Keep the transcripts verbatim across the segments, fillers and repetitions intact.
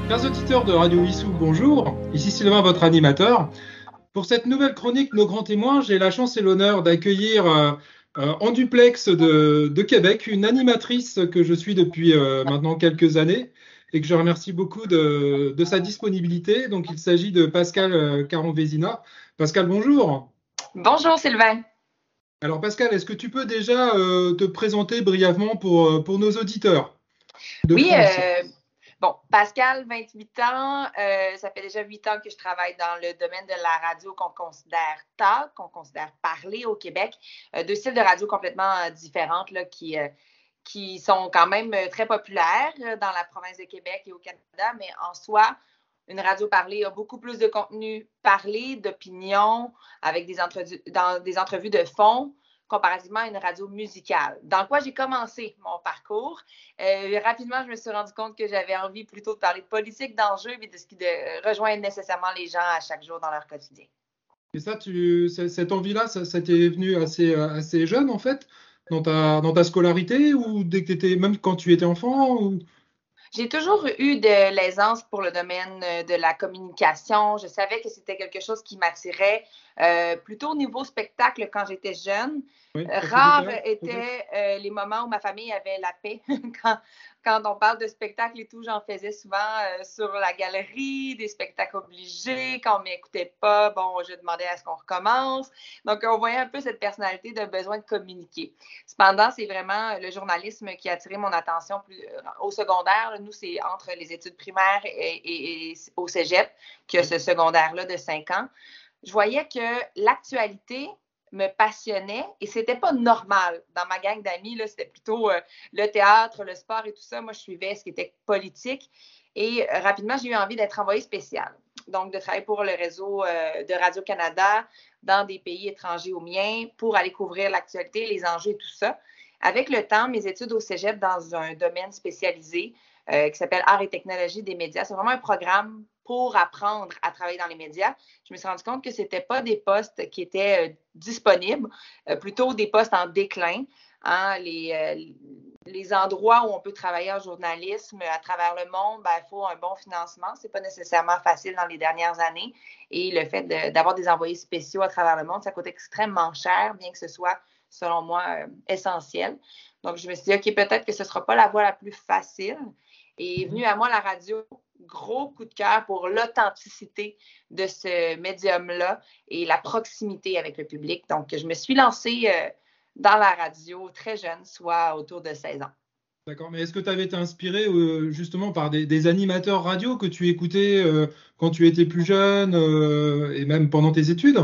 Chers auditeurs de Radio Issou, bonjour. Ici Sylvain, votre animateur. Pour cette nouvelle chronique Nos grands témoins, j'ai la chance et l'honneur d'accueillir euh, euh, en duplex de, de Québec une animatrice que je suis depuis euh, maintenant quelques années et que je remercie beaucoup de, de sa disponibilité. Donc, il s'agit de Pascal euh, Caron-Vézina. Pascal, bonjour. Bonjour Sylvain. Alors Pascal, est-ce que tu peux déjà euh, te présenter brièvement pour, euh, pour nos auditeurs de Oui, France? euh, bon, Pascal, vingt-huit ans, euh, ça fait déjà huit ans que je travaille dans le domaine de la radio qu'on considère talk, qu'on considère parler au Québec. Euh, deux styles de radio complètement euh, différentes là, qui, euh, qui sont quand même euh, très populaires euh, dans la province de Québec et au Canada, mais en soi, une radio parlée a beaucoup plus de contenu parlé, d'opinion, avec des, entrevues, dans, des entrevues de fond, comparativement à une radio musicale. Dans quoi j'ai commencé mon parcours. Euh, rapidement, je me suis rendu compte que j'avais envie plutôt de parler de politique, d'enjeux, et de ce qui de, rejoint nécessairement les gens à chaque jour dans leur quotidien. Et ça, tu, cette envie-là, ça, ça t'est venu assez, assez jeune, en fait, dans ta, dans ta scolarité, ou dès que t'étais, même quand tu étais enfant ou... J'ai toujours eu de l'aisance pour le domaine de la communication. Je savais que c'était quelque chose qui m'attirait euh, plutôt au niveau spectacle quand j'étais jeune. Oui, Rares étaient euh, les moments où ma famille avait la paix. quand, quand on parle de spectacle et tout, j'en faisais souvent euh, sur la galerie, des spectacles obligés. Quand on ne m'écoutait pas, bon, je demandais à ce qu'on recommence. Donc, on voyait un peu cette personnalité de besoin de communiquer. Cependant, c'est vraiment le journalisme qui a attiré mon attention plus, euh, au secondaire. Nous, c'est entre les études primaires et, et, et au cégep que ce secondaire-là de cinq ans. Je voyais que l'actualité me passionnait et c'était pas normal. Dans ma gang d'amis, là, c'était plutôt euh, le théâtre, le sport et tout ça. Moi, je suivais ce qui était politique et euh, rapidement, j'ai eu envie d'être envoyée spéciale. Donc, de travailler pour le réseau euh, de Radio-Canada dans des pays étrangers aux miens pour aller couvrir l'actualité, les enjeux et tout ça. Avec le temps, mes études au cégep dans un domaine spécialisé euh, qui s'appelle Arts et technologies des médias, c'est vraiment un programme pour apprendre à travailler dans les médias. Je me suis rendu compte que ce n'étaient pas des postes qui étaient euh, disponibles, euh, plutôt des postes en déclin. Hein, les, euh, les endroits où on peut travailler en journalisme à travers le monde, ben, il faut un bon financement. Ce n'est pas nécessairement facile dans les dernières années. Et le fait de, d'avoir des envoyés spéciaux à travers le monde, ça coûte extrêmement cher, bien que ce soit, selon moi, euh, essentiel. Donc, je me suis dit, OK, peut-être que ce ne sera pas la voie la plus facile. Et est venue à moi la radio, gros coup de cœur pour l'authenticité de ce médium-là et la proximité avec le public. Donc, je me suis lancée euh, dans la radio très jeune, soit autour de seize ans. D'accord, mais est-ce que tu avais été inspiré euh, justement par des, des animateurs radio que tu écoutais euh, quand tu étais plus jeune euh, et même pendant tes études?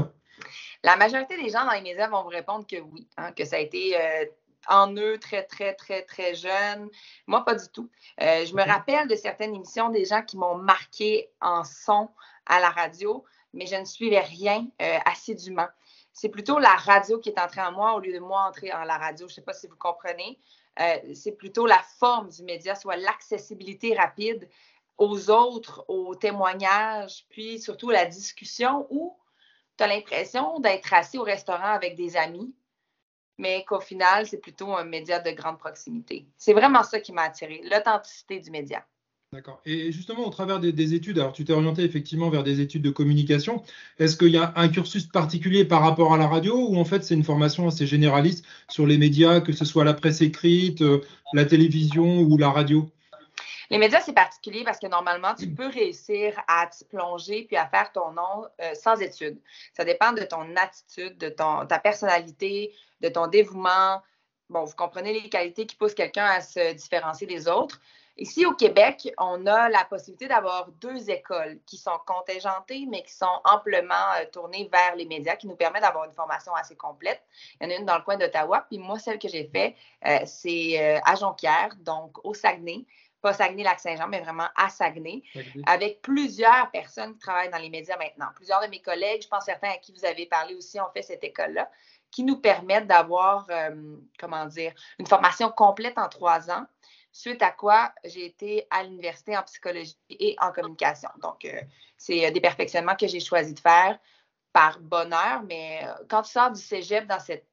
La majorité des gens dans les médias vont vous répondre que oui, hein, que ça a été euh, en eux très, très, très, très jeune. Moi, pas du tout. Euh, je me rappelle de certaines émissions des gens qui m'ont marqué en son à la radio, mais je ne suivais rien euh, assidûment. C'est plutôt la radio qui est entrée en moi au lieu de moi entrer en la radio. Je ne sais pas si vous comprenez. Euh, c'est plutôt la forme du média, soit l'accessibilité rapide aux autres, aux témoignages, puis surtout la discussion où tu as l'impression d'être assis au restaurant avec des amis, mais qu'au final, c'est plutôt un média de grande proximité. C'est vraiment ça qui m'a attiré, l'authenticité du média. D'accord. Et justement, au travers des, des études, alors tu t'es orienté effectivement vers des études de communication. Est-ce qu'il y a un cursus particulier par rapport à la radio ou en fait c'est une formation assez généraliste sur les médias, que ce soit la presse écrite, euh, la télévision ou la radio? Les médias, c'est particulier parce que normalement, tu peux réussir à te plonger puis à faire ton nom euh, sans études. Ça dépend de ton attitude, de ton, ta personnalité, de ton dévouement. Bon, vous comprenez les qualités qui poussent quelqu'un à se différencier des autres. Ici, au Québec, on a la possibilité d'avoir deux écoles qui sont contingentées, mais qui sont amplement euh, tournées vers les médias, qui nous permettent d'avoir une formation assez complète. Il y en a une dans le coin d'Ottawa, puis moi, celle que j'ai faite, euh, c'est euh, à Jonquière, donc au Saguenay. Pas Saguenay-Lac-Saint-Jean, mais vraiment à Saguenay, Saguenay, avec plusieurs personnes qui travaillent dans les médias maintenant. Plusieurs de mes collègues, je pense certains à qui vous avez parlé aussi, ont fait cette école-là, qui nous permettent d'avoir, euh, comment dire, une formation complète en trois ans, suite à quoi j'ai été à l'université en psychologie et en communication. Donc, euh, c'est des perfectionnements que j'ai choisi de faire par bonheur, mais quand tu sors du cégep dans cette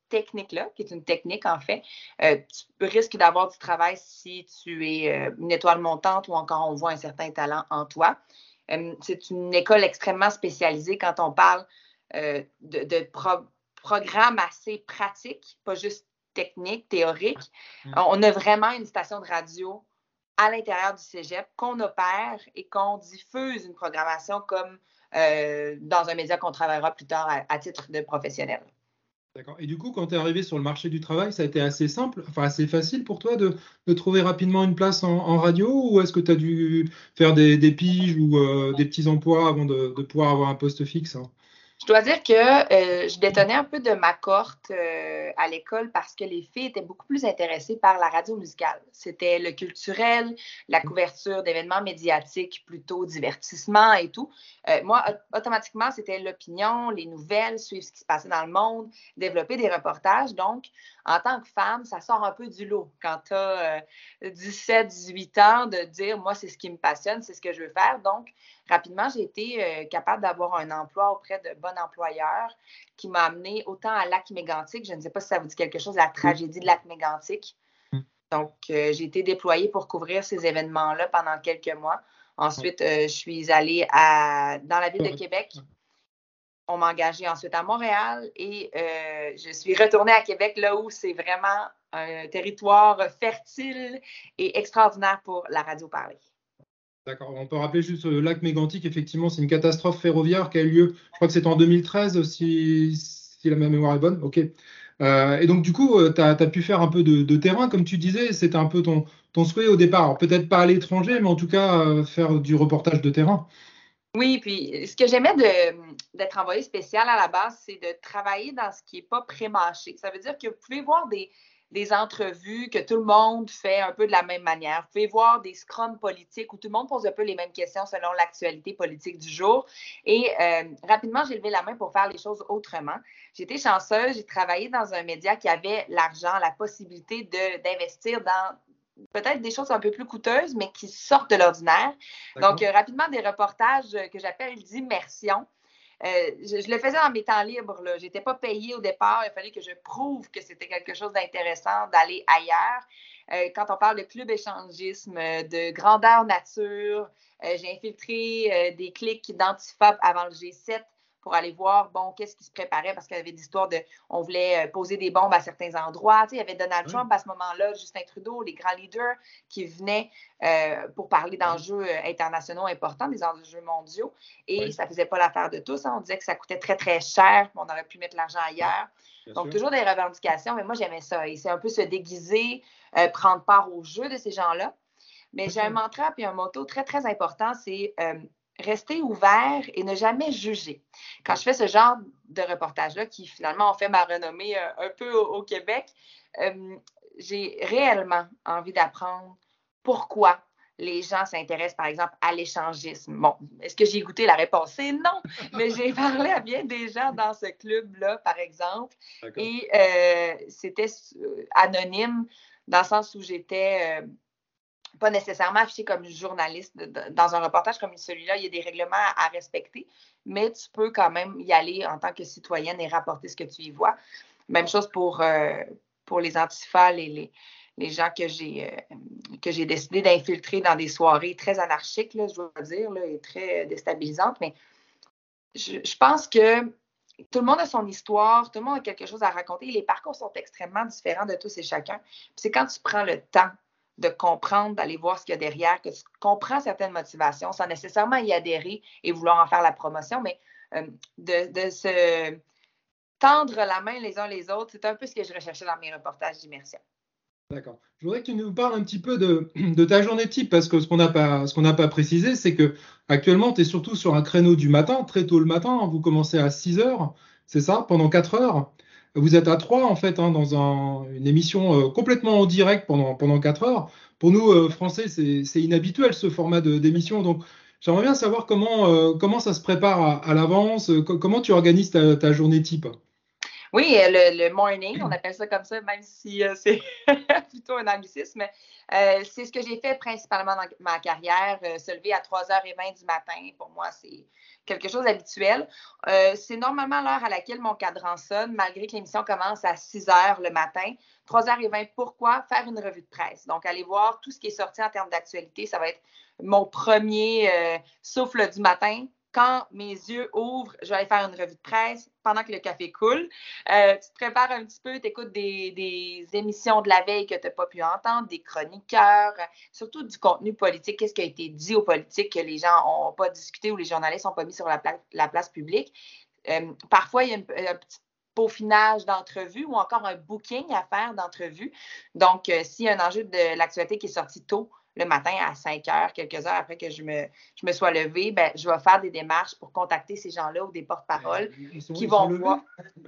technique-là, qui est une technique en fait, euh, tu risques d'avoir du travail si tu es euh, une étoile montante ou encore on voit un certain talent en toi. Euh, c'est une école extrêmement spécialisée quand on parle euh, de, de pro- programmes assez pratiques, pas juste techniques, théoriques. Mmh. On a vraiment une station de radio à l'intérieur du cégep qu'on opère et qu'on diffuse une programmation comme euh, dans un média qu'on travaillera plus tard à, à titre de professionnel. D'accord. Et du coup, quand tu es arrivé sur le marché du travail, ça a été assez simple, enfin assez facile pour toi de, de trouver rapidement une place en, en radio, ou est-ce que tu as dû faire des, des piges ou euh, des petits emplois avant de, de pouvoir avoir un poste fixe, hein? Je dois dire que euh, je détonnais un peu de ma cohorte euh, à l'école parce que les filles étaient beaucoup plus intéressées par la radio musicale. C'était le culturel, la couverture d'événements médiatiques, plutôt divertissement et tout. Euh, moi, automatiquement, c'était l'opinion, les nouvelles, suivre ce qui se passait dans le monde, développer des reportages. Donc, en tant que femme, ça sort un peu du lot quand tu as euh, dix-sept, dix-huit ans de dire, moi, c'est ce qui me passionne, c'est ce que je veux faire. Donc, rapidement, j'ai été euh, capable d'avoir un emploi auprès de bons employeurs qui m'a amené autant à Lac-Mégantic. Je ne sais pas si ça vous dit quelque chose, la tragédie de Lac-Mégantic. Donc, euh, j'ai été déployée pour couvrir ces événements-là pendant quelques mois. Ensuite, euh, je suis allée à, dans la ville de Québec. On m'a engagée ensuite à Montréal et euh, je suis retournée à Québec, là où c'est vraiment un territoire fertile et extraordinaire pour la radio parlée. D'accord. On peut rappeler juste le lac Mégantic, effectivement, c'est une catastrophe ferroviaire qui a eu lieu, je crois que c'était en deux mille treize, si, si la mémoire est bonne. OK. Euh, et donc, du coup, tu as pu faire un peu de, de terrain, comme tu disais, c'était un peu ton, ton souhait au départ. Peut-être pas à l'étranger, mais en tout cas, euh, faire du reportage de terrain. Oui, puis ce que j'aimais d'être envoyée spéciale à la base, c'est de travailler dans ce qui n'est pas pré-mâché. Ça veut dire que vous pouvez voir des, des entrevues que tout le monde fait un peu de la même manière. Vous pouvez voir des scrums politiques où tout le monde pose un peu les mêmes questions selon l'actualité politique du jour. Et euh, rapidement, j'ai levé la main pour faire les choses autrement. J'étais chanceuse, j'ai travaillé dans un média qui avait l'argent, la possibilité d'investir dans peut-être des choses un peu plus coûteuses, mais qui sortent de l'ordinaire. Donc, euh, rapidement, des reportages que j'appelle d'immersion. Euh, je, je le faisais dans mes temps libres. Je n'étais pas payée au départ. Il fallait que je prouve que c'était quelque chose d'intéressant d'aller ailleurs. Euh, quand on parle de club échangisme, de grandeur nature, euh, j'ai infiltré euh, des clics d'Antifa avant le G sept pour aller voir, bon, qu'est-ce qui se préparait, parce qu'il y avait des histoires de, on voulait poser des bombes à certains endroits. Tu sais, il y avait Donald oui. Trump à ce moment-là, Justin Trudeau, les grands leaders qui venaient euh, pour parler d'enjeux oui. internationaux importants, des enjeux mondiaux. Et oui. ça ne faisait pas l'affaire de tous. Hein. On disait que ça coûtait très, très cher, on aurait pu mettre l'argent ailleurs. Bien Donc, sûr. Toujours des revendications, mais moi, j'aimais ça. Et c'est un peu se déguiser, euh, prendre part au jeu de ces gens-là. Mais j'ai un mantra et un motto très, très important, c'est euh, rester ouvert et ne jamais juger. Quand je fais ce genre de reportage-là, qui finalement ont fait ma renommée euh, un peu au, au Québec, euh, j'ai réellement envie d'apprendre pourquoi les gens s'intéressent, par exemple, à l'échangisme. Bon, est-ce que j'ai goûté? La réponse c'est non, mais j'ai parlé à bien des gens dans ce club-là, par exemple, et euh, c'était anonyme dans le sens où j'étais... Euh, pas nécessairement affiché comme journaliste dans un reportage comme celui-là. Il y a des règlements à respecter, mais tu peux quand même y aller en tant que citoyenne et rapporter ce que tu y vois. Même chose pour, euh, pour les antifas, les, les, les gens que j'ai euh, que j'ai décidé d'infiltrer dans des soirées très anarchiques, là, je dois dire, là, et très déstabilisantes. Mais je, je pense que tout le monde a son histoire, tout le monde a quelque chose à raconter. Les parcours sont extrêmement différents de tous et chacun. Puis c'est quand tu prends le temps de comprendre, d'aller voir ce qu'il y a derrière, que tu comprends certaines motivations sans nécessairement y adhérer et vouloir en faire la promotion, mais euh, de, de se tendre la main les uns les autres, c'est un peu ce que je recherchais dans mes reportages d'immersion. D'accord. Je voudrais que tu nous parles un petit peu de, de ta journée type, parce que ce qu'on n'a pas, ce qu'on n'a pas précisé, c'est que actuellement, tu es surtout sur un créneau du matin, très tôt le matin. Vous commencez à six heures, c'est ça, pendant quatre heures. Vous êtes à trois, en fait, hein, dans un, une émission euh, complètement en direct pendant, pendant quatre heures. Pour nous, euh, Français, c'est, c'est inhabituel, ce format de, d'émission. Donc, j'aimerais bien savoir comment, euh, comment ça se prépare à, à l'avance, euh, comment tu organises ta, ta journée type. Oui, le, le morning, on appelle ça comme ça, même si euh, c'est plutôt un anglicisme. Euh, c'est ce que j'ai fait principalement dans ma carrière. Euh, se lever à trois heures vingt du matin, pour moi, c'est quelque chose d'habituel. Euh, c'est normalement l'heure à laquelle mon cadran sonne, malgré que l'émission commence à six heures le matin. trois heures vingt, pourquoi? Faire une revue de presse. Donc, aller voir tout ce qui est sorti en termes d'actualité. Ça va être mon premier euh, souffle du matin. Quand mes yeux ouvrent, je vais aller faire une revue de presse pendant que le café coule. Euh, tu te prépares un petit peu, tu écoutes des, des émissions de la veille que tu n'as pas pu entendre, des chroniqueurs, surtout du contenu politique. Qu'est-ce qui a été dit aux politiques que les gens n'ont pas discuté ou les journalistes n'ont pas mis sur la, pla- la place publique. Euh, parfois, il y a une, un petit peaufinage d'entrevue ou encore un booking à faire d'entrevue. Donc, euh, s'il y a un enjeu de l'actualité qui est sorti tôt, le matin à cinq heures, quelques heures après que je me, je me sois levée, ben, je vais faire des démarches pour contacter ces gens-là ou des porte-paroles Ils sont, qui ils sont vont levés? voir.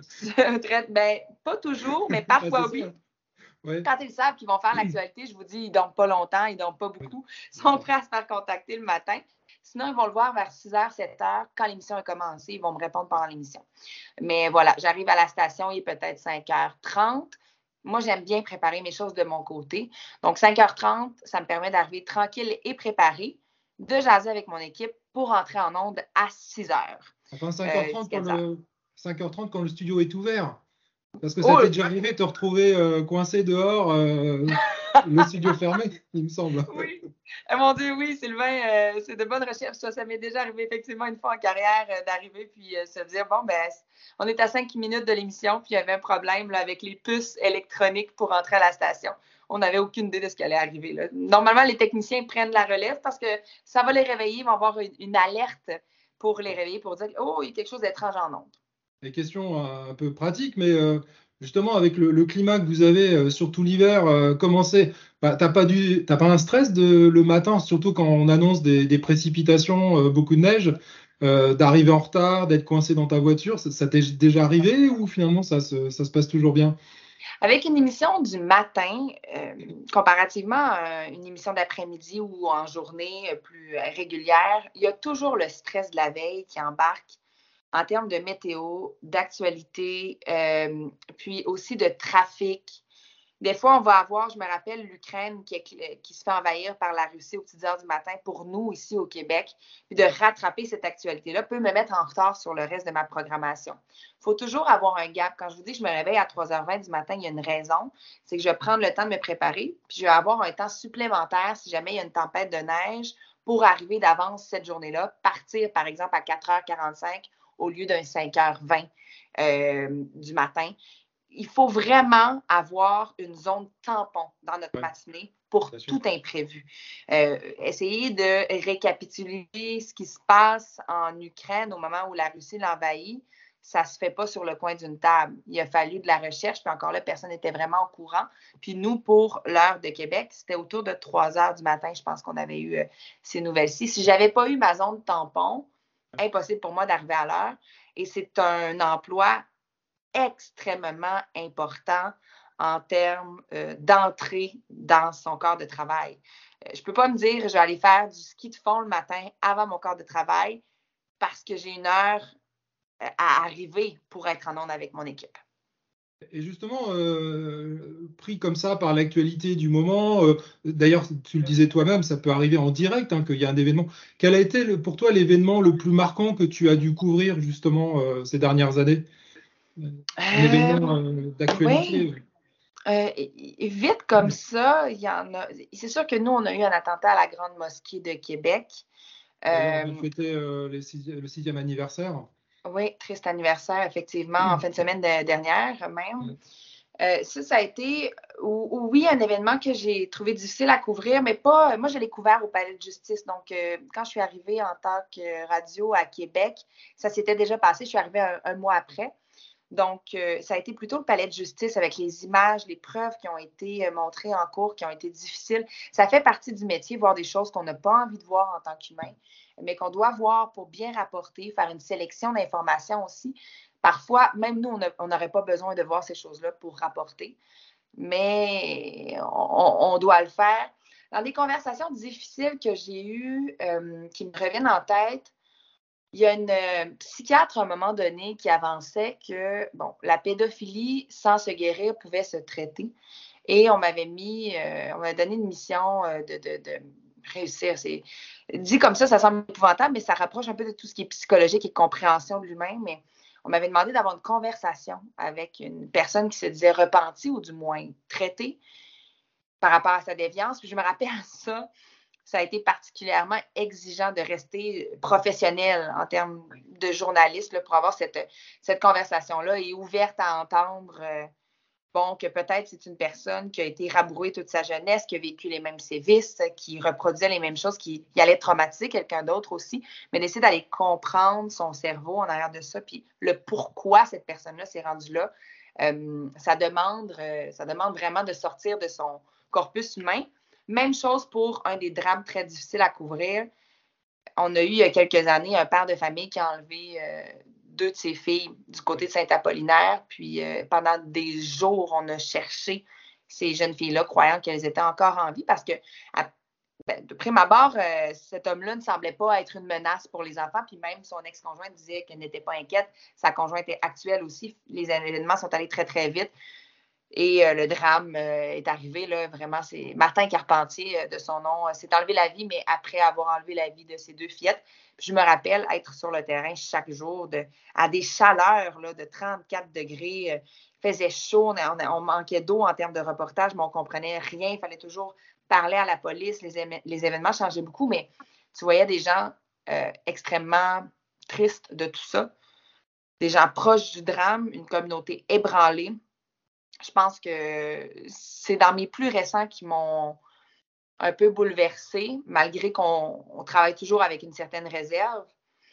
ben, pas toujours, mais parfois Ah, oui. ça. Ouais. Quand ils savent qu'ils vont faire l'actualité, je vous dis, ils ne dorment pas longtemps, ils ne dorment pas beaucoup. Ils sont prêts à se faire contacter le matin. Sinon, ils vont le voir vers six heures, sept heures, quand l'émission a commencé. Ils vont me répondre pendant l'émission. Mais voilà, j'arrive à la station, il est peut-être cinq heures trente. Moi, j'aime bien préparer mes choses de mon côté. Donc, cinq heures trente, ça me permet d'arriver tranquille et préparée, de jaser avec mon équipe pour entrer en onde à six heures. Enfin, Euh, cinq heures trente quand quinze heures. le... cinq heures trente quand le studio est ouvert. Parce que ça Oh, t'est déjà arrivé de te retrouver euh, coincé dehors, euh, le studio fermé, il me semble. oui. Oh, mon Dieu, oui, Sylvain, euh, c'est de bonnes recherches. Ça, ça m'est déjà arrivé effectivement une fois en carrière euh, d'arriver puis euh, se dire, bon, ben, on est à cinq minutes de l'émission, puis il y avait un problème là, avec les puces électroniques pour entrer à la station. On n'avait aucune idée de ce qui allait arriver. Là. Normalement, les techniciens prennent la relève parce que ça va les réveiller, ils vont avoir une, une alerte pour les réveiller, pour dire, oh, il y a quelque chose d'étrange en ondes. Des questions un peu pratiques, mais euh, justement, avec le, le climat que vous avez, euh, surtout l'hiver, euh, comment c'est? Bah, t'as pas dû, t'as pas un stress de, le matin, surtout quand on annonce des, des précipitations, euh, beaucoup de neige, euh, d'arriver en retard, d'être coincé dans ta voiture, ça, ça t'est déjà arrivé ou finalement ça se, ça se passe toujours bien? Avec une émission du matin, euh, comparativement à une émission d'après-midi ou en journée plus régulière, il y a toujours le stress de la veille qui embarque en termes de météo, d'actualité, euh, puis aussi de trafic. Des fois, on va avoir, je me rappelle, l'Ukraine qui, est, qui se fait envahir par la Russie aux petites heures du matin pour nous, ici au Québec. Puis de rattraper cette actualité-là peut me mettre en retard sur le reste de ma programmation. Il faut toujours avoir un gap. Quand je vous dis que je me réveille à trois heures vingt du matin, il y a une raison. C'est que je vais prendre le temps de me préparer, puis je vais avoir un temps supplémentaire si jamais il y a une tempête de neige pour arriver d'avance cette journée-là, partir par exemple à quatre heures quarante-cinq au lieu d'un cinq heures vingt euh, du matin. Il faut vraiment avoir une zone tampon dans notre Ouais, matinée pour tout imprévu. Euh, essayer de récapituler ce qui se passe en Ukraine au moment où la Russie l'envahit, ça ne se fait pas sur le coin d'une table. Il a fallu de la recherche, puis encore là, personne n'était vraiment au courant. Puis nous, pour l'heure de Québec, c'était autour de trois heures du matin, je pense qu'on avait eu euh, ces nouvelles-ci. Si je n'avais pas eu ma zone tampon, impossible pour moi d'arriver à l'heure. Et c'est un emploi extrêmement important en termes euh, d'entrée dans son corps de travail. Euh, je ne peux pas me dire je vais aller faire du ski de fond le matin avant mon corps de travail parce que j'ai une heure euh, à arriver pour être en onde avec mon équipe. Et justement, euh, pris comme ça par l'actualité du moment, euh, d'ailleurs, tu le disais toi-même, ça peut arriver en direct, hein, qu'il y a un événement. Quel a été le- pour toi l'événement le plus marquant que tu as dû couvrir justement euh, ces dernières années? Un événement Euh, euh, oui, d'actualité? euh, vite comme ça, il y en a. C'est sûr que nous, on a eu un attentat à la Grande Mosquée de Québec. D'ailleurs, vous Euh, fêtez euh, les six- le sixième anniversaire. oui, triste anniversaire, effectivement, en fin de semaine de, dernière même. Euh, ça, ça a été, ou, ou oui, un événement que j'ai trouvé difficile à couvrir, mais pas. Moi, je l'ai couvert au Palais de justice. Donc, euh, quand je suis arrivée en tant que radio à Québec, ça s'était déjà passé. Je suis arrivée un, un mois après. Donc, euh, ça a été plutôt le palais de justice avec les images, les preuves qui ont été euh, montrées en cours, qui ont été difficiles. Ça fait partie du métier, voir des choses qu'on n'a pas envie de voir en tant qu'humain, mais qu'on doit voir pour bien rapporter, faire une sélection d'informations aussi. Parfois, même nous, on n'aurait pas besoin de voir ces choses-là pour rapporter, mais on, on doit le faire. Dans des conversations difficiles que j'ai eues, euh, qui me reviennent en tête, Il y a une euh, psychiatre à un moment donné qui avançait que bon, la pédophilie, sans se guérir, pouvait se traiter. Et on m'avait mis, euh, on m'avait donné une mission euh, de, de, de réussir. C'est, dit comme ça, ça semble épouvantable, mais ça rapproche un peu de tout ce qui est psychologique et compréhension de l'humain. Mais on m'avait demandé d'avoir une conversation avec une personne qui se disait repentie ou du moins traitée par rapport à sa déviance. Puis je me rappelle ça. Ça a été particulièrement exigeant de rester professionnel en termes de journaliste là, pour avoir cette, cette conversation-là et ouverte à entendre euh, bon, que peut-être c'est une personne qui a été rabrouée toute sa jeunesse, qui a vécu les mêmes sévices, qui reproduisait les mêmes choses, qui, qui allait traumatiser quelqu'un d'autre aussi, mais d'essayer d'aller comprendre son cerveau en arrière de ça, puis le pourquoi cette personne-là s'est rendue là. Euh, ça demande, euh, ça demande vraiment de sortir de son corpus humain. Même chose pour un des drames très difficiles à couvrir. On a eu il y a quelques années un père de famille qui a enlevé euh, deux de ses filles du côté de Saint-Apollinaire. Puis euh, pendant des jours, on a cherché ces jeunes filles-là, croyant qu'elles étaient encore en vie, parce que à, ben, de prime abord, euh, cet homme-là ne semblait pas être une menace pour les enfants. Puis même son ex-conjointe disait qu'elle n'était pas inquiète. Sa conjointe est actuelle aussi. Les événements sont allés très, très vite. Et euh, le drame euh, est arrivé, là, vraiment, c'est Martin Carpentier, euh, de son nom, euh, s'est enlevé la vie, mais après avoir enlevé la vie de ses deux fillettes. Puis je me rappelle être sur le terrain chaque jour de, à des chaleurs là, de trente-quatre degrés. Euh, il faisait chaud, on, on, on manquait d'eau en termes de reportage, mais on ne comprenait rien. Il fallait toujours parler à la police. Les, les événements changeaient beaucoup, mais tu voyais des gens euh, extrêmement tristes de tout ça. Des gens proches du drame, une communauté ébranlée. Je pense que c'est dans mes plus récents qui m'ont un peu bouleversée, malgré qu'on on travaille toujours avec une certaine réserve.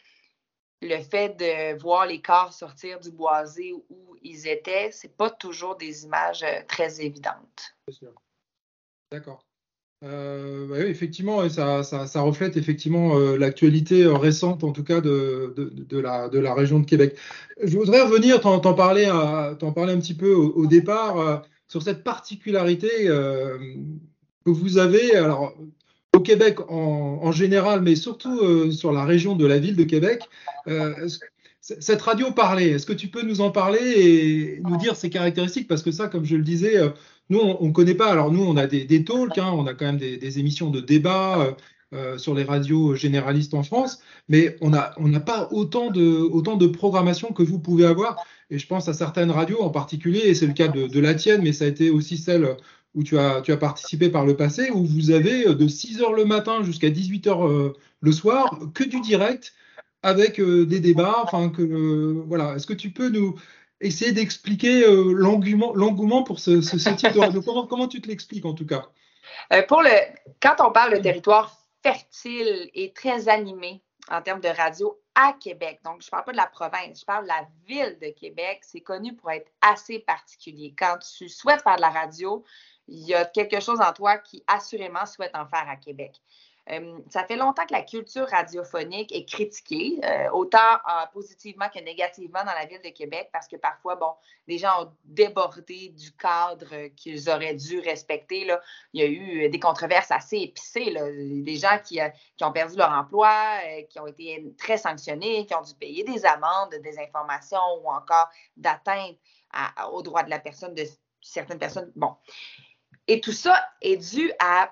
Le fait de voir les corps sortir du boisé où ils étaient, c'est pas toujours des images très évidentes. C'est sûr. D'accord. Euh, bah oui, effectivement, ça, ça, ça reflète effectivement euh, l'actualité euh, récente, en tout cas de, de, de, la, de la région de Québec. Je voudrais revenir, t'en, t'en parler, à, t'en parler un petit peu au, au départ euh, sur cette particularité euh, que vous avez, alors au Québec en, en général, mais surtout euh, sur la région de la ville de Québec. Euh, cette radio parlait, est-ce que tu peux nous en parler et nous dire ses caractéristiques? Parce que ça, comme je le disais, euh, nous, on ne connaît pas. Alors, nous, on a des, des talks, hein, on a quand même des, des émissions de débat euh, euh, sur les radios généralistes en France, mais on n'a on n'a pas autant de, autant de programmation que vous pouvez avoir. Et je pense à certaines radios en particulier, et c'est le cas de, de la tienne, mais ça a été aussi celle où tu as, tu as participé par le passé, où vous avez de six heures le matin jusqu'à dix-huit heures euh, le soir, que du direct, avec euh, des débats. Enfin, que, euh, voilà. Est-ce que tu peux nous essayer d'expliquer euh, l'engouement, l'engouement pour ce, ce, ce type de radio? Comment, comment tu te l'expliques en tout cas? Euh, pour le, quand on parle de territoire fertile et très animé en termes de radio à Québec, donc je ne parle pas de la province, je parle de la ville de Québec, c'est connu pour être assez particulier. Quand tu souhaites faire de la radio, il y a quelque chose en toi qui assurément souhaite en faire à Québec. Euh, ça fait longtemps que la culture radiophonique est critiquée, euh, autant euh, positivement que négativement dans la ville de Québec, parce que parfois, bon, les gens ont débordé du cadre qu'ils auraient dû respecter. Là. Il y a eu des controverses assez épicées, là. Des gens qui, euh, qui ont perdu leur emploi, euh, qui ont été très sanctionnés, qui ont dû payer des amendes, des informations ou encore d'atteinte à, aux droits de la personne, de certaines personnes. Bon. Et tout ça est dû à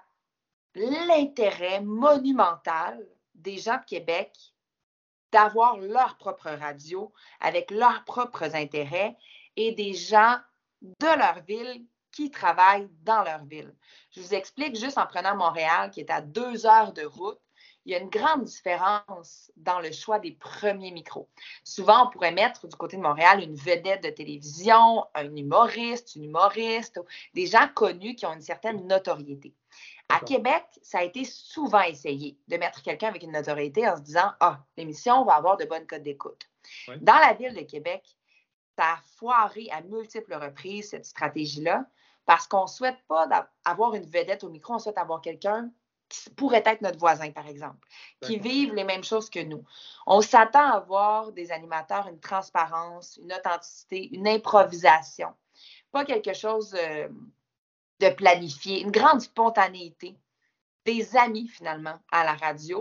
l'intérêt monumental des gens de Québec d'avoir leur propre radio avec leurs propres intérêts et des gens de leur ville qui travaillent dans leur ville. Je vous explique juste en prenant Montréal, qui est à deux heures de route, il y a une grande différence dans le choix des premiers micros. Souvent, on pourrait mettre du côté de Montréal une vedette de télévision, un humoriste, une humoriste, des gens connus qui ont une certaine notoriété. À Québec, ça a été souvent essayé de mettre quelqu'un avec une notoriété en se disant « Ah, l'émission va avoir de bonnes cotes d'écoute. Ouais. » Dans la ville de Québec, ça a foiré à multiples reprises cette stratégie-là parce qu'on ne souhaite pas avoir une vedette au micro, on souhaite avoir quelqu'un qui pourrait être notre voisin, par exemple, qui vive les mêmes choses que nous. On s'attend à avoir des animateurs, une transparence, une authenticité, une improvisation, pas quelque chose... Euh, de planifier, une grande spontanéité, des amis finalement à la radio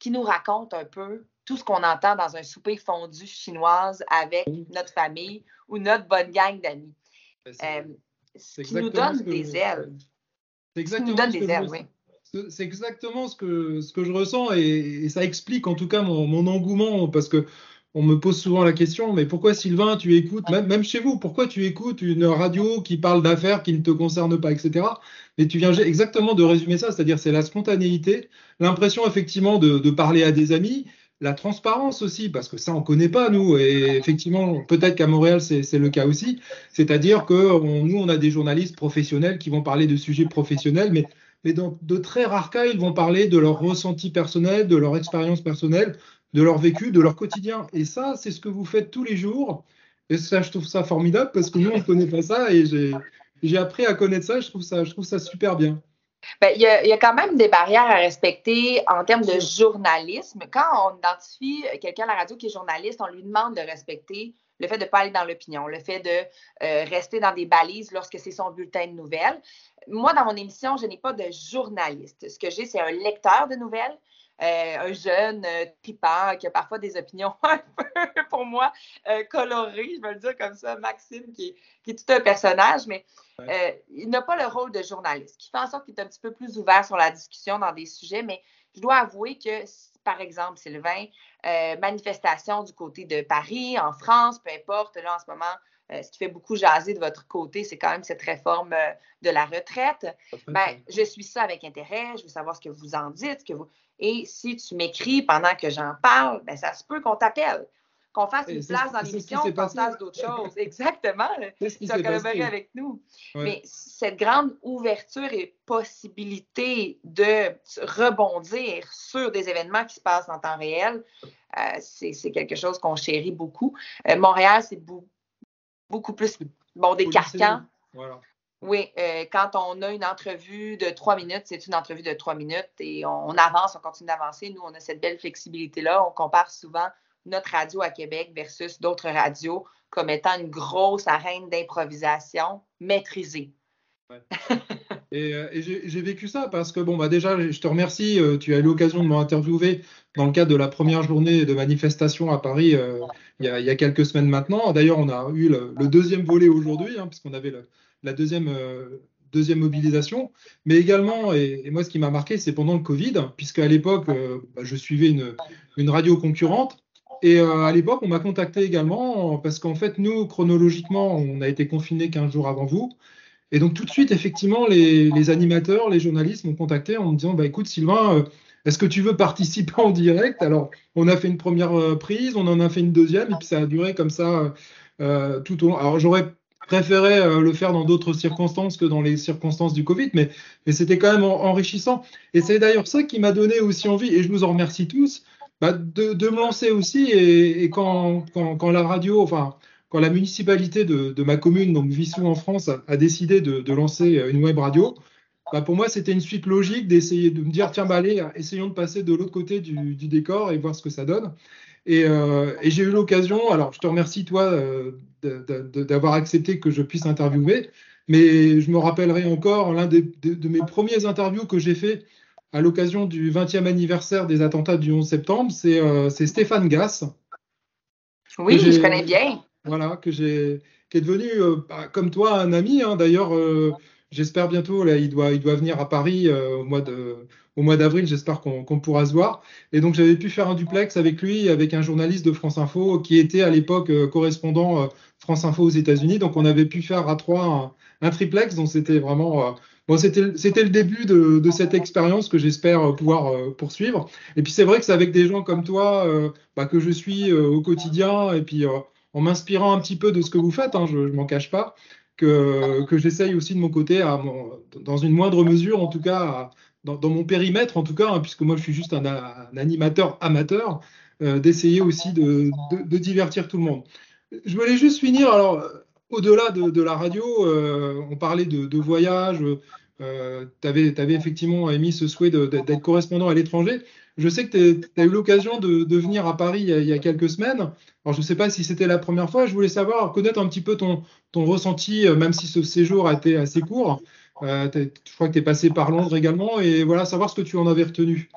qui nous raconte un peu tout ce qu'on entend dans un souper fondu chinoise avec notre famille ou notre bonne gang d'amis. Euh, ce qui nous donne ce des je... ailes. C'est exactement ce qui nous donne ce des que ailes, je... oui. C'est exactement ce que, ce que je ressens et, et ça explique en tout cas mon, mon engouement parce que on me pose souvent la question, mais pourquoi Sylvain, tu écoutes, même, même chez vous, pourquoi tu écoutes une radio qui parle d'affaires qui ne te concernent pas, et cetera. Mais tu viens exactement de résumer ça, c'est-à-dire c'est la spontanéité, l'impression effectivement de, de parler à des amis, la transparence aussi, parce que ça on ne connaît pas nous, et effectivement peut-être qu'à Montréal c'est le cas aussi, c'est-à-dire que on, nous on a des journalistes professionnels qui vont parler de sujets professionnels, mais mais dans de très rares cas, ils vont parler de leur ressenti personnel, de leur expérience personnelle, de leur vécu, de leur quotidien. Et ça, c'est ce que vous faites tous les jours. Et ça, je trouve ça formidable parce que nous, on ne connaît pas ça et j'ai appris à connaître ça et je trouve ça, je trouve ça super bien. Ben, il, y a, il y a quand même des barrières à respecter en termes de journalisme. Quand on identifie quelqu'un à la radio qui est journaliste, on lui demande de respecter le fait de ne pas aller dans l'opinion, le fait de euh, rester dans des balises lorsque c'est son bulletin de nouvelles. Moi, dans mon émission, je n'ai pas de journaliste. Ce que j'ai, c'est un lecteur de nouvelles, euh, un jeune euh, tripant qui a parfois des opinions un peu, pour moi, euh, colorées, je vais le dire comme ça, Maxime, qui est, qui est tout un personnage, mais euh, il n'a pas le rôle de journaliste, qui fait en sorte qu'il est un petit peu plus ouvert sur la discussion dans des sujets, mais je dois avouer que, par exemple, Sylvain, euh, manifestation du côté de Paris, en France, peu importe, là, en ce moment, euh, ce qui fait beaucoup jaser de votre côté, c'est quand même cette réforme euh, de la retraite. Ben, je suis ça avec intérêt, je veux savoir ce que vous en dites, ce que vous... Et si tu m'écris pendant que j'en parle, ben, ça se peut qu'on t'appelle, qu'on fasse une place dans l'émission, qu'on fasse d'autres choses. Exactement. Tu as collaboré avec nous. Ouais. Mais cette grande ouverture et possibilité de rebondir sur des événements qui se passent en temps réel, euh, c'est quelque chose qu'on chérit beaucoup. Euh, Montréal, c'est beaucoup, beaucoup plus bon, des carcans. Voilà. Oui, euh, quand on a une entrevue de trois minutes, c'est une entrevue de trois minutes et on, on avance, on continue d'avancer. Nous, on a cette belle flexibilité-là. On compare souvent notre radio à Québec versus d'autres radios comme étant une grosse arène d'improvisation maîtrisée. Ouais. Et, euh, et j'ai vécu ça parce que, bon, bah déjà, je te remercie. Euh, tu as eu l'occasion de m'interviewer dans le cadre de la première journée de manifestation à Paris euh, il, y a, il y a quelques semaines maintenant. D'ailleurs, on a eu le, le deuxième volet aujourd'hui, hein, puisqu'on avait le, la deuxième, euh, deuxième mobilisation. Mais également, et, et moi, ce qui m'a marqué, c'est pendant le Covid, puisqu'à l'époque, euh, bah, je suivais une, une radio concurrente. Et euh, à l'époque, on m'a contacté également parce qu'en fait, nous, chronologiquement, on a été confinés quinze jours avant vous. Et donc, tout de suite, effectivement, les, les animateurs, les journalistes m'ont contacté en me disant, bah, écoute, Sylvain, euh, est-ce que tu veux participer en direct? Alors, on a fait une première euh, prise, on en a fait une deuxième, et puis ça a duré comme ça euh, tout au long. Alors, j'aurais préféré euh, le faire dans d'autres circonstances que dans les circonstances du Covid, mais, mais c'était quand même en, enrichissant. Et c'est d'ailleurs ça qui m'a donné aussi envie, et je vous en remercie tous, bah, de, de me lancer aussi. Et, et quand, quand, quand la radio, enfin, quand la municipalité de, de ma commune, donc Vissou en France, a, a décidé de, de lancer une web radio, bah pour moi, c'était une suite logique d'essayer de me dire, tiens, bah allez, essayons de passer de l'autre côté du, du décor et voir ce que ça donne. Et, euh, et j'ai eu l'occasion, alors je te remercie, toi, euh, d'avoir accepté que je puisse interviewer, mais je me rappellerai encore l'un de, de mes premiers interviews que j'ai fait à l'occasion du vingtième anniversaire des attentats du onze septembre, c'est euh, Stéphane Gass. Oui, je connais bien. Voilà, que j'ai, qui est devenu, euh, bah, comme toi, un ami. Hein. D'ailleurs, euh, j'espère bientôt, là, il doit, il doit venir à Paris euh, au mois de, au mois d'avril. J'espère qu'on qu'on pourra se voir. Et donc, j'avais pu faire un duplex avec lui, avec un journaliste de France Info qui était à l'époque euh, correspondant euh, France Info aux États-Unis. Donc, on avait pu faire à trois un, un triplex. Donc, c'était vraiment, euh, bon, c'était, c'était le début de, de cette expérience que j'espère pouvoir euh, poursuivre. Et puis, c'est vrai que c'est avec des gens comme toi euh, bah, que je suis euh, au quotidien. Et puis, euh, en m'inspirant un petit peu de ce que vous faites, hein, je ne m'en cache pas, que, que j'essaye aussi de mon côté, à, dans une moindre mesure en tout cas, à, dans, dans, mon périmètre en tout cas, hein, puisque moi je suis juste un, un animateur amateur, euh, d'essayer aussi de, de, de divertir tout le monde. Je voulais juste finir, alors au-delà de, de la radio, euh, on parlait de, de voyage, euh, tu avais, avais effectivement émis ce souhait d'être correspondant à l'étranger. Je sais que tu as eu l'occasion de, de venir à Paris il y a, il y a quelques semaines. Alors, je ne sais pas si c'était la première fois. Je voulais savoir, connaître un petit peu ton, ton ressenti, même si ce séjour a été assez court. Euh, je crois que tu es passé par Londres également. Et voilà, savoir ce que tu en avais retenu.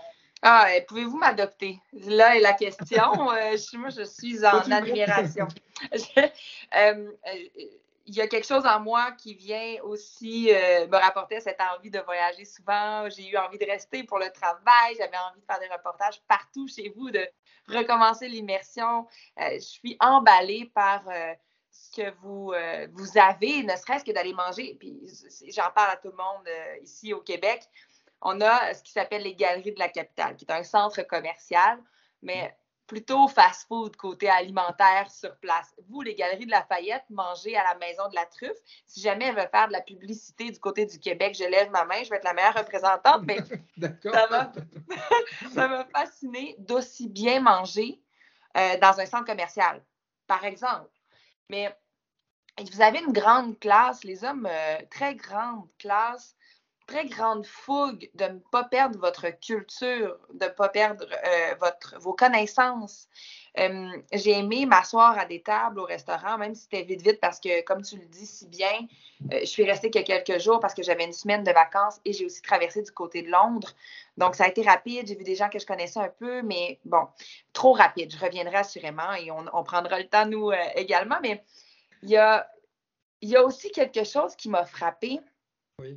Ah, euh, pouvez-vous m'adopter? Là est la question. Euh, je, moi, je suis en admiration. Je, euh, euh, il y a quelque chose en moi qui vient aussi euh, me rapporter cette envie de voyager souvent. J'ai eu envie de rester pour le travail. J'avais envie de faire des reportages partout chez vous, de recommencer l'immersion. Euh, je suis emballée par euh, ce que vous, euh, vous avez, ne serait-ce que d'aller manger. Puis j'en parle à tout le monde euh, ici au Québec. On a ce qui s'appelle les Galeries de la Capitale, qui est un centre commercial, mais plutôt fast-food côté alimentaire sur place. Vous, les Galeries de Lafayette, mangez à la Maison de la Truffe. Si jamais elle veut faire de la publicité du côté du Québec, je lève ma main, je vais être la meilleure représentante, mais ça m'a, ça m'a fasciné d'aussi bien manger euh, dans un centre commercial, par exemple. Mais vous avez une grande classe, les hommes, euh, très grande classe, très grande fougue de ne pas perdre votre culture, de ne pas perdre euh, votre, vos connaissances. Euh, j'ai aimé m'asseoir à des tables au restaurant, même si c'était vite, vite, parce que, comme tu le dis si bien, euh, je suis restée que quelques jours parce que j'avais une semaine de vacances et j'ai aussi traversé du côté de Londres. Donc, ça a été rapide. J'ai vu des gens que je connaissais un peu, mais bon, trop rapide. Je reviendrai assurément et on, on prendra le temps, nous, euh, également. Mais il y a, il y a aussi quelque chose qui m'a frappée. Oui.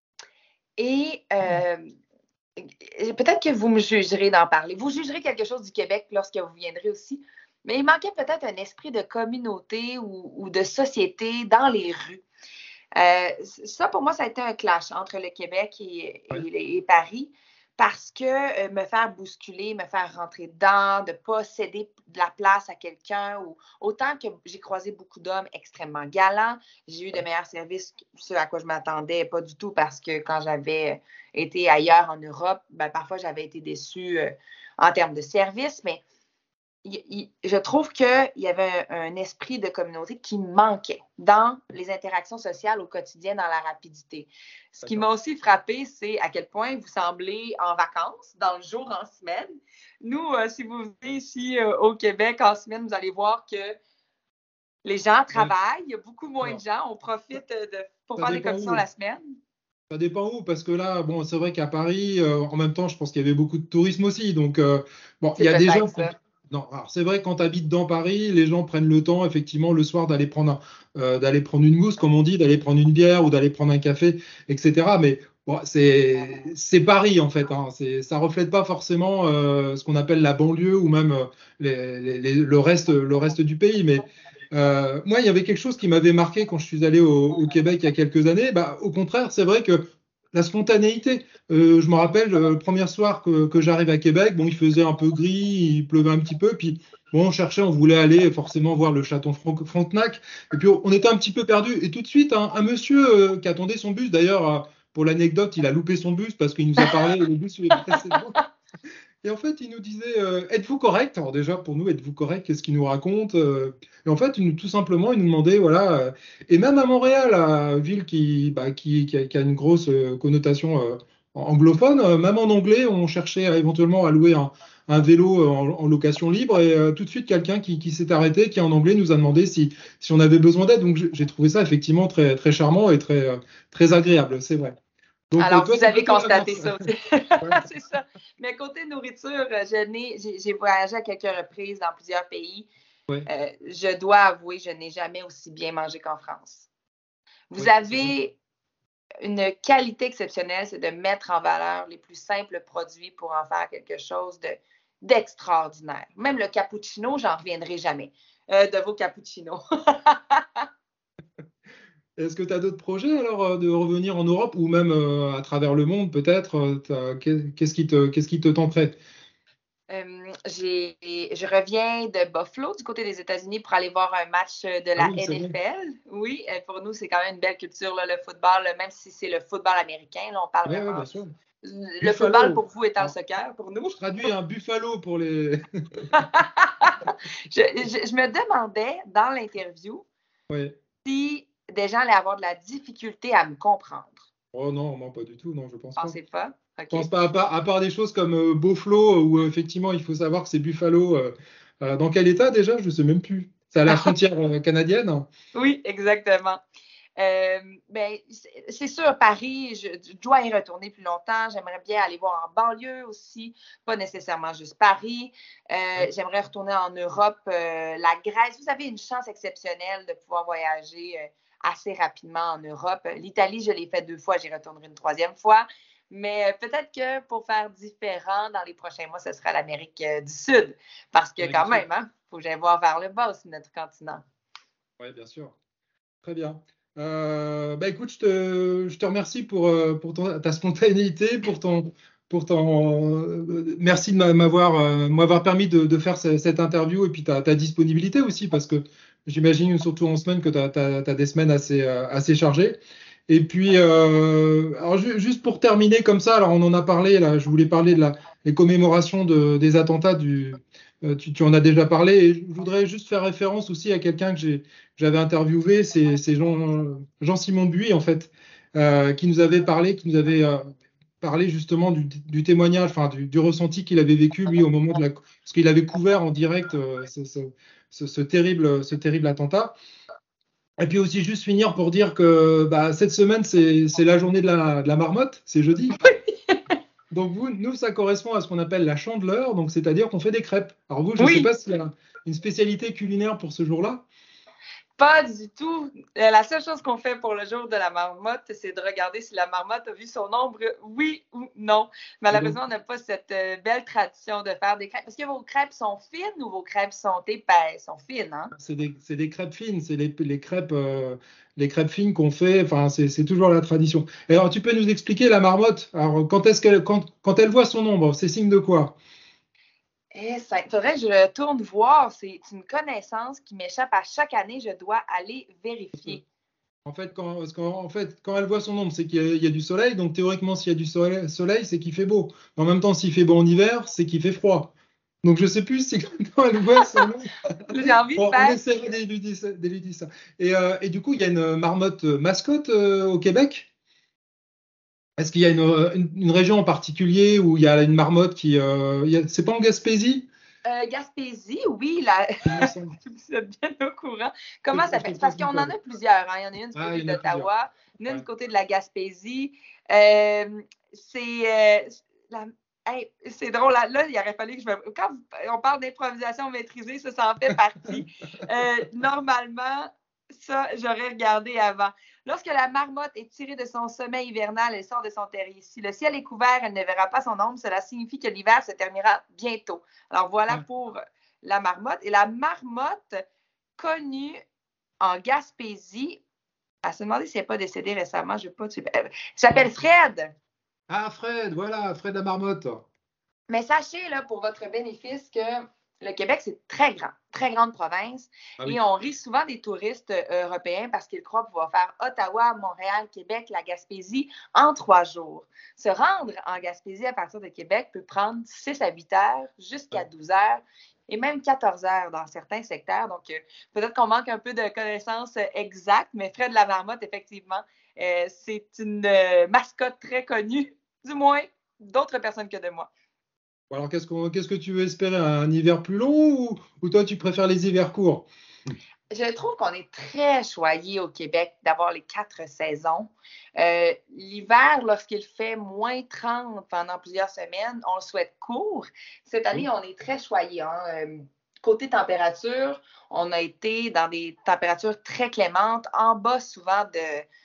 Et euh, peut-être que vous me jugerez d'en parler. Vous jugerez quelque chose du Québec lorsque vous viendrez aussi. Mais il manquait peut-être un esprit de communauté ou, ou de société dans les rues. Euh, ça, pour moi, ça a été un clash entre le Québec et, Ouais. et, et Paris. Parce que euh, me faire bousculer, me faire rentrer dedans, de ne pas céder de la place à quelqu'un, ou autant que j'ai croisé beaucoup d'hommes extrêmement galants, j'ai eu de meilleurs services, ce à quoi je m'attendais, pas du tout, parce que quand j'avais été ailleurs en Europe, ben, parfois j'avais été déçue euh, en termes de services, mais il, il, je trouve qu'il y avait un, un esprit de communauté qui manquait dans les interactions sociales au quotidien, dans la rapidité. Ce qui m'a aussi frappé, c'est à quel point vous semblez en vacances, dans le jour, en semaine. Nous, euh, si vous venez ici euh, au Québec en semaine, vous allez voir que les gens travaillent, il y a beaucoup moins Alors, de gens, on profite de, pour faire des commissions où. La semaine. Ça dépend où, parce que là, bon, c'est vrai qu'à Paris, euh, en même temps, je pense qu'il y avait beaucoup de tourisme aussi. Donc, euh, bon, il y a des gens. Quand... Non, alors c'est vrai, quand tu habites dans Paris, les gens prennent le temps, effectivement, le soir, d'aller prendre, un, euh, d'aller prendre une mousse, comme on dit, d'aller prendre une bière ou d'aller prendre un café, et cetera. Mais bon, c'est, c'est Paris, en fait. Hein. C'est, ça reflète pas forcément euh, ce qu'on appelle la banlieue ou même euh, les, les, les, le, reste, le reste du pays. Mais. Euh, moi, il y avait quelque chose qui m'avait marqué quand je suis allé au, au Québec il y a quelques années. Bah, au contraire, c'est vrai que la spontanéité. Euh, je me rappelle le premier soir que, que j'arrive à Québec, bon, il faisait un peu gris, il pleuvait un petit peu, puis bon, on cherchait, on voulait aller forcément voir le château Frontenac, et puis on était un petit peu perdu. Et tout de suite, un, un monsieur euh, qui attendait son bus, d'ailleurs, pour l'anecdote, il a loupé son bus parce qu'il nous a parlé, le bus il est passé devant. Et en fait, il nous disait euh, êtes-vous correct? Alors déjà, pour nous, êtes-vous correct? Qu'est-ce qu'il nous raconte? euh, Et en fait, il nous, tout simplement, il nous demandait, voilà. Euh, et même à Montréal, la ville qui, bah, qui, qui, a, qui, a, une grosse euh, connotation euh, anglophone, euh, même en anglais, on cherchait à, éventuellement à louer un, un vélo en, en, location libre. Et euh, tout de suite, quelqu'un qui, qui s'est arrêté, qui en anglais nous a demandé si, si on avait besoin d'aide. Donc j'ai trouvé ça effectivement très, très charmant et très, euh, très agréable, c'est vrai. Donc, Alors, toi, vous avez constaté ça aussi. Ouais. C'est ça. Mais côté nourriture, je n'ai, j'ai, j'ai voyagé à quelques reprises dans plusieurs pays. Ouais. Euh, je dois avouer, je n'ai jamais aussi bien mangé qu'en France. Vous oui, avez une qualité exceptionnelle, c'est de mettre en valeur les plus simples produits pour en faire quelque chose de, d'extraordinaire. Même le cappuccino, j'en reviendrai jamais euh, de vos cappuccinos. Est-ce que tu as d'autres projets alors de revenir en Europe ou même euh, à travers le monde peut-être? Qu'est-ce qui te, qu'est-ce qui te tenterait? Euh, j'ai, je reviens de Buffalo, du côté des États-Unis, pour aller voir un match de la ah oui, N F L. Oui, pour nous, c'est quand même une belle culture, là, le football, là, même si c'est le football américain. Là, on parle oui, vraiment. Oui, bien sûr. Le Buffalo. Football, pour vous, étant ah. le soccer, pour nous. Je traduis un Buffalo pour les... je, je, je me demandais, dans l'interview, oui. si des gens allaient avoir de la difficulté à me comprendre. Oh non, non, pas du tout, non, je pense pas. Pensez pas? Okay. Je pense pas, à part, à part des choses comme euh, Buffalo, où euh, effectivement, il faut savoir que c'est Buffalo. Euh, euh, dans quel état déjà? Je ne sais même plus. C'est à la frontière euh, canadienne. Oui, exactement. Euh, ben, c'est sûr, Paris, je, je dois y retourner plus longtemps. J'aimerais bien aller voir en banlieue aussi, pas nécessairement juste Paris. Euh, j'aimerais retourner en Europe, euh, la Grèce. Vous avez une chance exceptionnelle de pouvoir voyager euh, assez rapidement en Europe. L'Italie, je l'ai fait deux fois, j'y retournerai une troisième fois. Mais peut-être que pour faire différent dans les prochains mois, ce sera l'Amérique euh, du Sud. Parce que quand même, il hein, faut que j'aille voir vers le bas aussi notre continent. Oui, bien sûr. Très bien. Euh, bah écoute, je te, je te remercie pour, pour ton, ta spontanéité, pour ton, pour ton, euh, merci de m'avoir, euh, m'avoir permis de, de faire ce, cette interview et puis ta, ta disponibilité aussi, parce que j'imagine, surtout en semaine, que tu as des semaines assez, euh, assez chargées. Et puis, euh, alors ju juste pour terminer comme ça, alors on en a parlé, là, je voulais parler de la, les commémorations de, des attentats du, euh, tu, tu en as déjà parlé, et je voudrais juste faire référence aussi à quelqu'un que j'ai j'avais interviewé, c'est Jean, Jean-Simon Buis, en fait, euh, qui nous avait parlé, qui nous avait euh, parlé justement du, du témoignage, enfin du, du ressenti qu'il avait vécu, lui, au moment de la... Parce qu'il avait couvert en direct euh, ce, ce, ce, ce terrible, ce terrible attentat. Et puis aussi juste finir pour dire que bah, cette semaine, c'est la journée de la, de la marmotte, c'est jeudi. Donc vous, nous, ça correspond à ce qu'on appelle la chandeleur, donc c'est-à-dire qu'on fait des crêpes. Alors vous, je ne oui. sais pas s'il y a une spécialité culinaire pour ce jour-là. Pas du tout. La seule chose qu'on fait pour le jour de la marmotte, c'est de regarder si la marmotte a vu son ombre, oui ou non. Malheureusement, on n'a pas cette euh, belle tradition de faire des crêpes. Est-ce que vos crêpes sont fines ou vos crêpes sont épaisses? Sont fines, hein? C'est des, des, crêpes fines, c'est les, les, crêpes, euh, les crêpes fines qu'on fait, enfin, c'est toujours la tradition. Et alors, tu peux nous expliquer la marmotte? Alors, quand, est-ce qu'elle, quand, quand elle voit son ombre, c'est signe de quoi? Eh, ça, faudrait que je retourne voir. C'est une connaissance qui m'échappe à chaque année. Je dois aller vérifier. En fait, quand, parce qu'en, en fait, quand elle voit son ombre, c'est qu'il y, y, a du soleil. Donc, théoriquement, s'il y a du soleil, soleil c'est qu'il fait beau. En même temps, s'il fait beau en hiver, c'est qu'il fait froid. Donc, je sais plus si quand elle voit son ombre. J'ai envie de bon, faire. On essaierait d'élucider ça. Et, euh, et du coup, il y a une marmotte mascotte euh, au Québec? Est-ce qu'il y a une, une, une, région en particulier où il y a une marmotte qui... Euh, c'est pas en Gaspésie? Euh, Gaspésie, oui. La... Vous êtes bien au courant. Comment ça fait? Parce qu'on en a plusieurs. Hein. Il y en a une du ah, côté d'Ottawa, une ouais. du côté de la Gaspésie. Euh, c'est... Euh, la... hey, c'est drôle. Là, là, il aurait fallu que je me... Quand on parle d'improvisation maîtrisée, ça, ça en fait partie. euh, normalement, ça, j'aurais regardé avant. Lorsque la marmotte est tirée de son sommeil hivernal, elle sort de son terrier. Si le ciel est couvert, elle ne verra pas son ombre. Cela signifie que l'hiver se terminera bientôt. Alors voilà ouais. pour la marmotte. Et la marmotte connue en Gaspésie, à se demander si elle n'est pas décédée récemment, je ne sais pas. Elle s'appelle Fred. Ah, Fred, voilà, Fred la marmotte. Mais sachez, là, pour votre bénéfice, que le Québec, c'est très grand, très grande province. Ah oui. Et on rit souvent des touristes euh, européens parce qu'ils croient pouvoir faire Ottawa, Montréal, Québec, la Gaspésie en trois jours. Se rendre en Gaspésie à partir de Québec peut prendre six à huit heures jusqu'à douze heures et même quatorze heures dans certains secteurs. Donc, euh, peut-être qu'on manque un peu de connaissances exactes, mais Fred la marmotte, effectivement, euh, c'est une euh, mascotte très connue, du moins d'autres personnes que de moi. Alors, qu'est-ce qu'on, qu'est-ce que tu veux espérer? Un hiver plus long ou, ou toi, tu préfères les hivers courts? Je trouve qu'on est très choyé au Québec d'avoir les quatre saisons. Euh, l'hiver, lorsqu'il fait moins trente pendant plusieurs semaines, on le souhaite court. Cette année, on est très choyé. Hein? Euh, côté température, on a été dans des températures très clémentes, en bas souvent de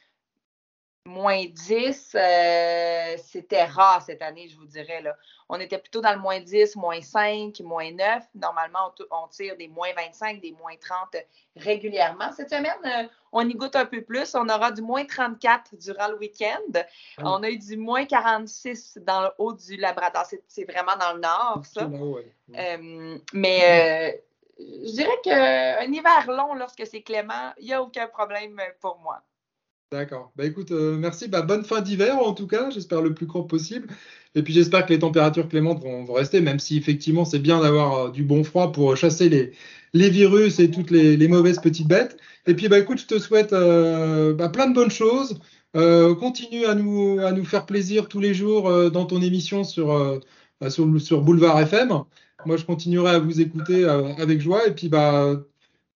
moins dix, euh, c'était rare cette année, je vous dirais. Là. On était plutôt dans le moins dix, moins cinq, moins neuf. Normalement, on, on tire des moins vingt-cinq, des moins trente régulièrement. Cette semaine, euh, on y goûte un peu plus. On aura du moins trente-quatre durant le week-end. Oui. On a eu du moins quarante-six dans le haut du Labrador. C'est vraiment dans le nord, ça. Là-haut, ouais. euh, mais euh, je dirais qu'un hiver long, lorsque c'est clément, il n'y a aucun problème pour moi. D'accord. Bah écoute, euh, merci. Bah, bonne fin d'hiver en tout cas, j'espère le plus court possible. Et puis j'espère que les températures clémentes vont, vont rester, même si effectivement c'est bien d'avoir euh, du bon froid pour chasser les, les virus et toutes les, les mauvaises petites bêtes. Et puis bah écoute, je te souhaite euh, bah, plein de bonnes choses. Euh, continue à nous, à nous faire plaisir tous les jours euh, dans ton émission sur, euh, sur, sur Boulevard F M. Moi, je continuerai à vous écouter euh, avec joie. Et puis bah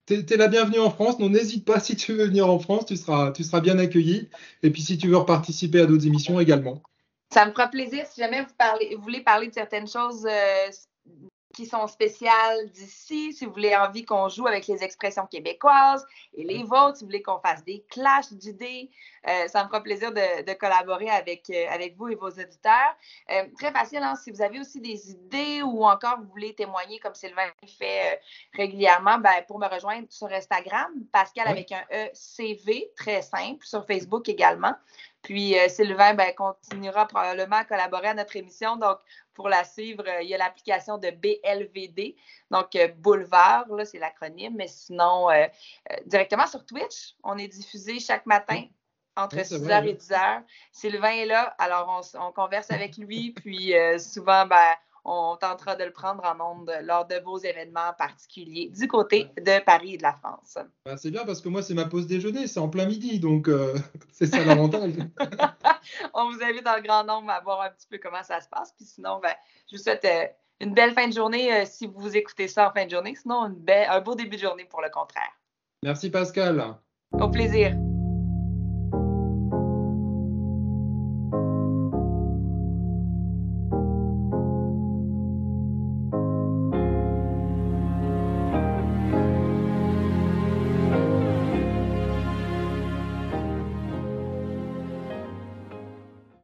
t'es, t'es la bienvenue en France. Non, n'hésite pas si tu veux venir en France, tu seras, tu seras bien accueilli. Et puis si tu veux participer à d'autres émissions également. Ça me fera plaisir si jamais vous, parlez, vous voulez parler de certaines choses euh, qui sont spéciales d'ici, si vous voulez envie qu'on joue avec les expressions québécoises et les vôtres, si vous voulez qu'on fasse des clashs d'idées, euh, ça me fera plaisir de, de collaborer avec, euh, avec vous et vos auditeurs. Euh, très facile, hein, si vous avez aussi des idées ou encore vous voulez témoigner comme Sylvain fait euh, régulièrement, ben, pour me rejoindre sur Instagram, Pascal Ouais. avec un E C V, très simple, sur Facebook également. Puis euh, Sylvain ben, continuera probablement à collaborer à notre émission. Donc, pour la suivre, euh, il y a l'application de B L V D, donc euh, Boulevard, là, c'est l'acronyme, mais sinon, euh, euh, directement sur Twitch, on est diffusé chaque matin Oui, entre oui, c'est six vrai, heures et oui. dix heures. Sylvain est là, alors on, on converse avec lui, puis euh, souvent, ben, on tentera de le prendre en ondes lors de vos événements particuliers du côté de Paris et de la France. Bah, c'est bien parce que moi, c'est ma pause déjeuner, c'est en plein midi, donc euh, c'est ça l'avantage. On vous invite en grand nombre à voir un petit peu comment ça se passe. Puis sinon, ben, je vous souhaite euh, une belle fin de journée euh, si vous écoutez ça en fin de journée. Sinon, une belle, un beau début de journée pour le contraire. Merci Pascal. Au plaisir.